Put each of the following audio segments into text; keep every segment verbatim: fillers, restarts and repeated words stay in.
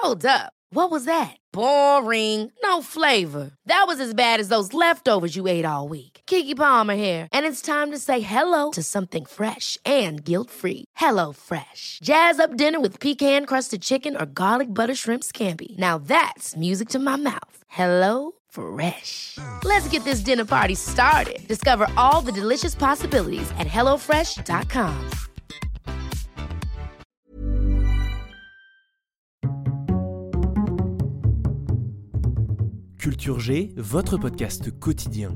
Hold up. What was that? Boring. No flavor. That was as bad as those leftovers you ate all week. Keke Palmer here, and it's time to say hello to something fresh and guilt-free. Hello Fresh. Jazz up dinner with pecan-crusted chicken or garlic butter shrimp scampi. Now that's music to my mouth. Hello Fresh. Let's get this dinner party started. Discover all the delicious possibilities at hello fresh dot com. Culture G, votre podcast quotidien.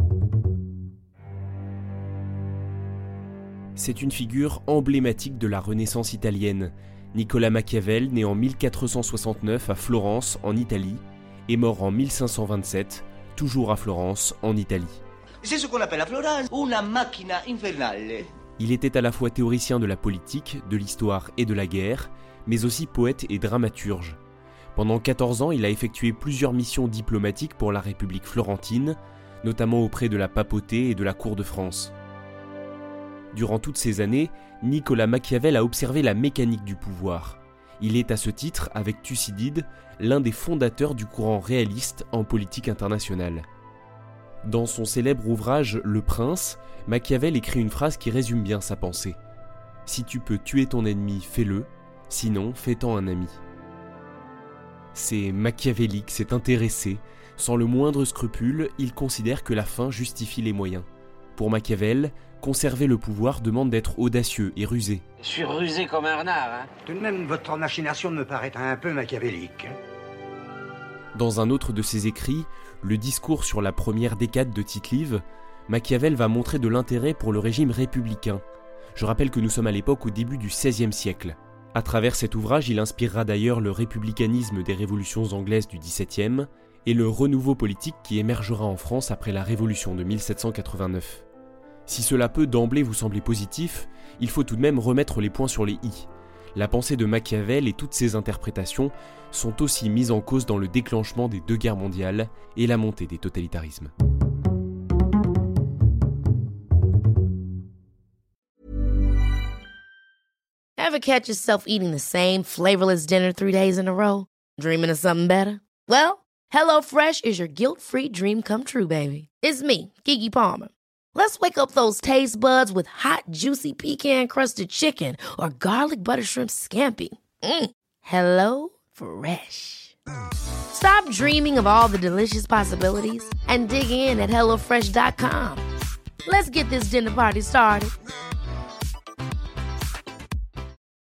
C'est une figure emblématique de la Renaissance italienne. Nicolas Machiavel, né en mille quatre cent soixante-neuf à Florence, en Italie, et mort en mille cinq cent vingt-sept, toujours à Florence, en Italie. C'est ce qu'on appelle à Florence una macchina infernale. Il était à la fois théoricien de la politique, de l'histoire et de la guerre, mais aussi poète et dramaturge. Pendant quatorze ans, il a effectué plusieurs missions diplomatiques pour la République florentine, notamment auprès de la papauté et de la cour de France. Durant toutes ces années, Nicolas Machiavel a observé la mécanique du pouvoir. Il est à ce titre, avec Thucydide, l'un des fondateurs du courant réaliste en politique internationale. Dans son célèbre ouvrage « Le Prince », Machiavel écrit une phrase qui résume bien sa pensée. « Si tu peux tuer ton ennemi, fais-le, sinon fais-t'en un ami ». C'est machiavélique, c'est intéressé. Sans le moindre scrupule, il considère que la fin justifie les moyens. Pour Machiavel, conserver le pouvoir demande d'être audacieux et rusé. Je suis rusé comme un renard, hein. Tout de même, votre machination me paraît un peu machiavélique. Dans un autre de ses écrits, le discours sur la première décade de Tite-Live, Machiavel va montrer de l'intérêt pour le régime républicain. Je rappelle que nous sommes à l'époque au début du seizième siècle. À travers cet ouvrage, il inspirera d'ailleurs le républicanisme des révolutions anglaises du dix-septième et le renouveau politique qui émergera en France après la Révolution de mille sept cent quatre-vingt-neuf. Si cela peut d'emblée vous sembler positif, il faut tout de même remettre les points sur les i. La pensée de Machiavel et toutes ses interprétations sont aussi mises en cause dans le déclenchement des deux guerres mondiales et la montée des totalitarismes. Ever catch yourself eating the same flavorless dinner three days in a row? Dreaming of something better? Well, HelloFresh is your guilt-free dream come true, baby. It's me, Keke Palmer. Let's wake up those taste buds with hot, juicy pecan-crusted chicken or garlic butter shrimp scampi. Mm. Hello Fresh. Stop dreaming of all the delicious possibilities and dig in at hello fresh dot com. Let's get this dinner party started.